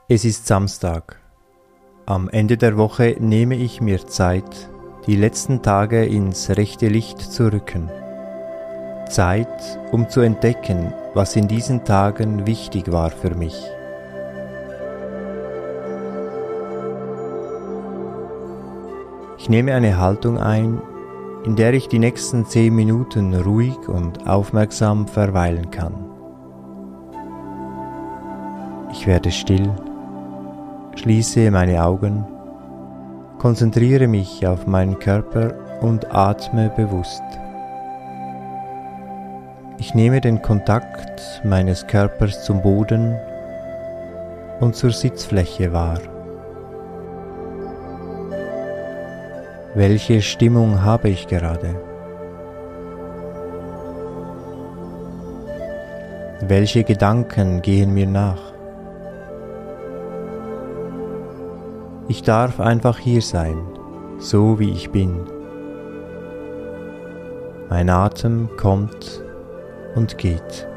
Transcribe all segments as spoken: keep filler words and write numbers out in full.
Es ist Samstag. Am Ende der Woche nehme ich mir Zeit, die letzten Tage ins rechte Licht zu rücken. Zeit, um zu entdecken, was in diesen Tagen wichtig war für mich. Ich nehme eine Haltung ein, in der ich die nächsten zehn Minuten ruhig und aufmerksam verweilen kann. Ich werde still, schließe meine Augen, konzentriere mich auf meinen Körper und atme bewusst. Ich nehme den Kontakt meines Körpers zum Boden und zur Sitzfläche wahr. Welche Stimmung habe ich gerade? Welche Gedanken gehen mir nach? Ich darf einfach hier sein, so wie ich bin. Mein Atem kommt und geht.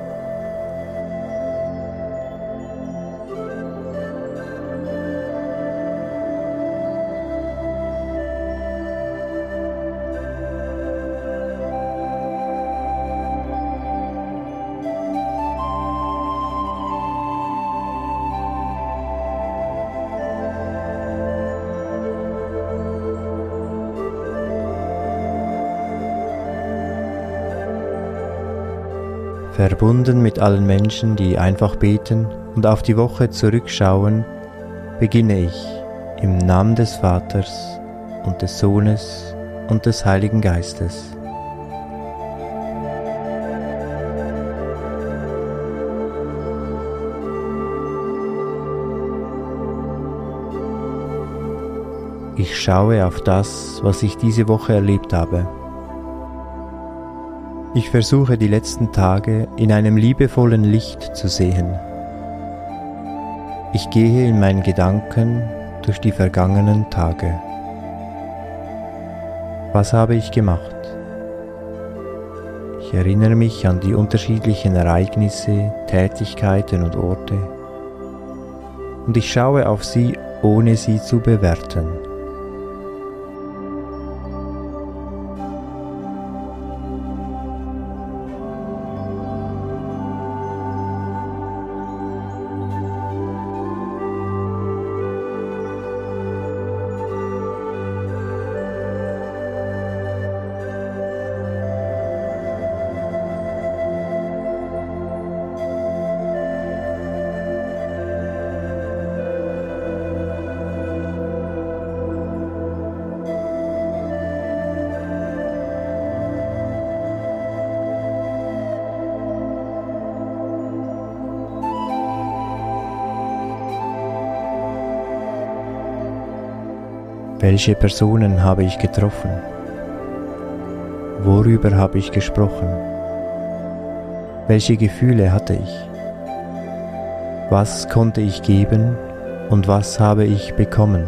Verbunden mit allen Menschen, die einfach beten und auf die Woche zurückschauen, beginne ich im Namen des Vaters und des Sohnes und des Heiligen Geistes. Ich schaue auf das, was ich diese Woche erlebt habe. Ich versuche die letzten Tage in einem liebevollen Licht zu sehen. Ich gehe in meinen Gedanken durch die vergangenen Tage. Was habe ich gemacht? Ich erinnere mich an die unterschiedlichen Ereignisse, Tätigkeiten und Orte und ich schaue auf sie, ohne sie zu bewerten. Welche Personen habe ich getroffen? Worüber habe ich gesprochen? Welche Gefühle hatte ich? Was konnte ich geben und was habe ich bekommen?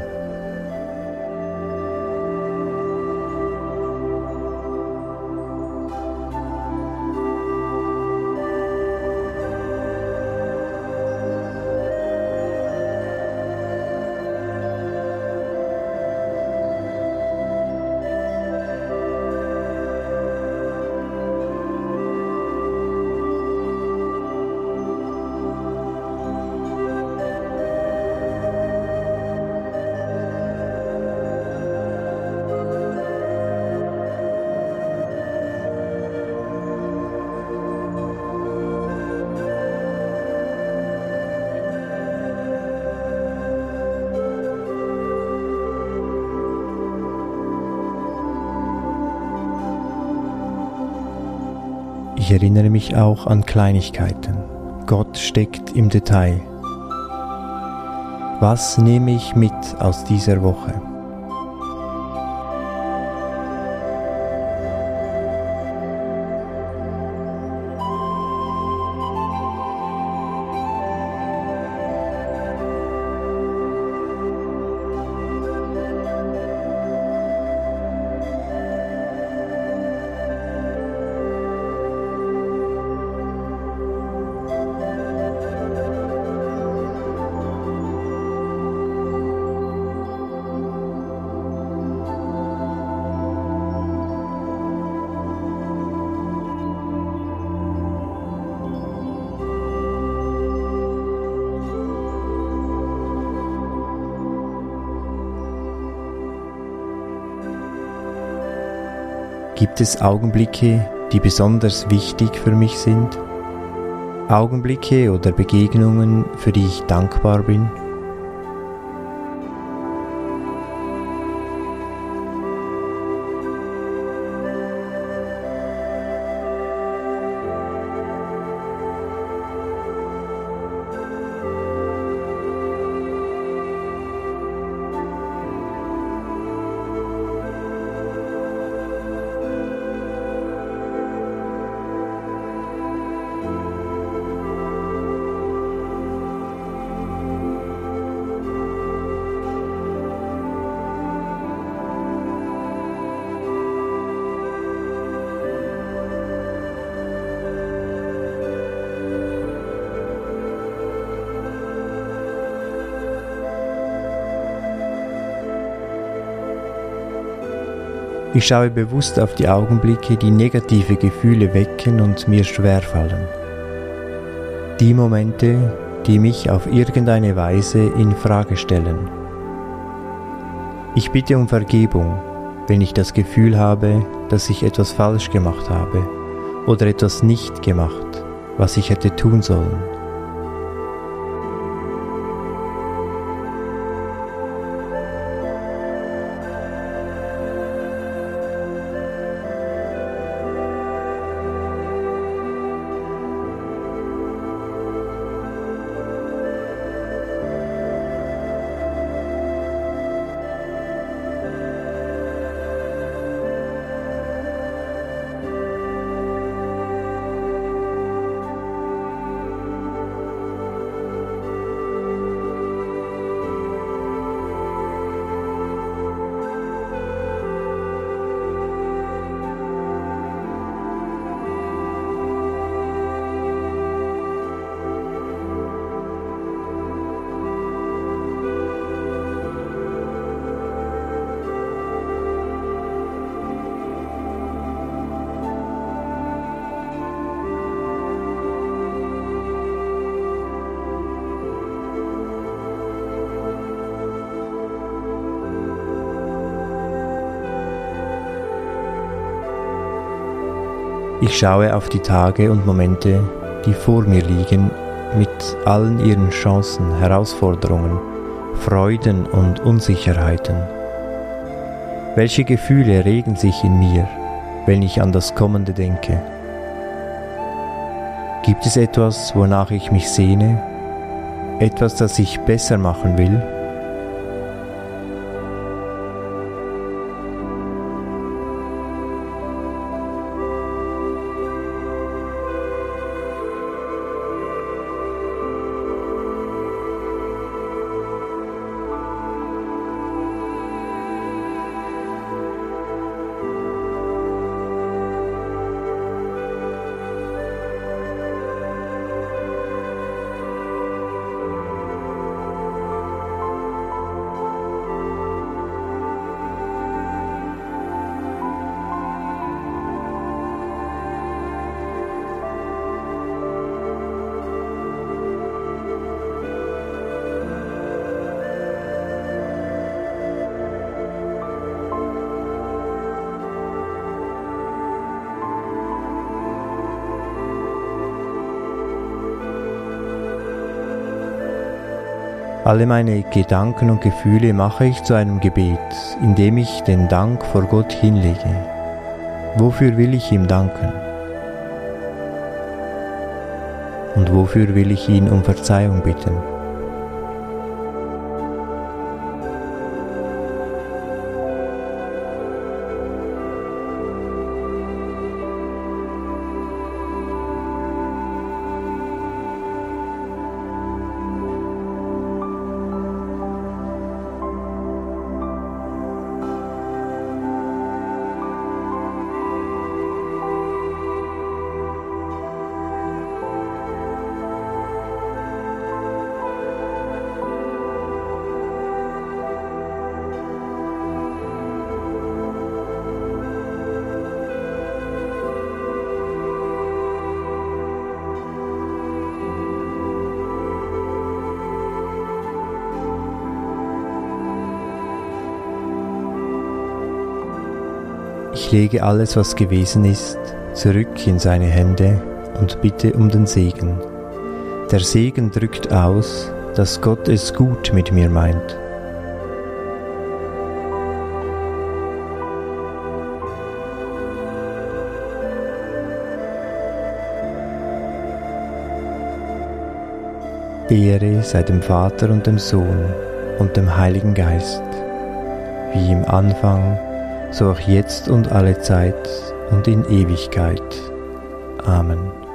Ich erinnere mich auch an Kleinigkeiten. Gott steckt im Detail. Was nehme ich mit aus dieser Woche? Gibt es Augenblicke, die besonders wichtig für mich sind? Augenblicke oder Begegnungen, für die ich dankbar bin? Ich schaue bewusst auf die Augenblicke, die negative Gefühle wecken und mir schwerfallen. Die Momente, die mich auf irgendeine Weise in Frage stellen. Ich bitte um Vergebung, wenn ich das Gefühl habe, dass ich etwas falsch gemacht habe oder etwas nicht gemacht, was ich hätte tun sollen. Ich schaue auf die Tage und Momente, die vor mir liegen, mit allen ihren Chancen, Herausforderungen, Freuden und Unsicherheiten. Welche Gefühle regen sich in mir, wenn ich an das Kommende denke? Gibt es etwas, wonach ich mich sehne? Etwas, das ich besser machen will? Alle meine Gedanken und Gefühle mache ich zu einem Gebet, indem ich den Dank vor Gott hinlege. Wofür will ich ihm danken? Und wofür will ich ihn um Verzeihung bitten? Ich lege alles, was gewesen ist, zurück in seine Hände und bitte um den Segen. Der Segen drückt aus, dass Gott es gut mit mir meint. Ehre sei dem Vater und dem Sohn und dem Heiligen Geist, wie im Anfang, so auch jetzt und alle Zeit und in Ewigkeit. Amen.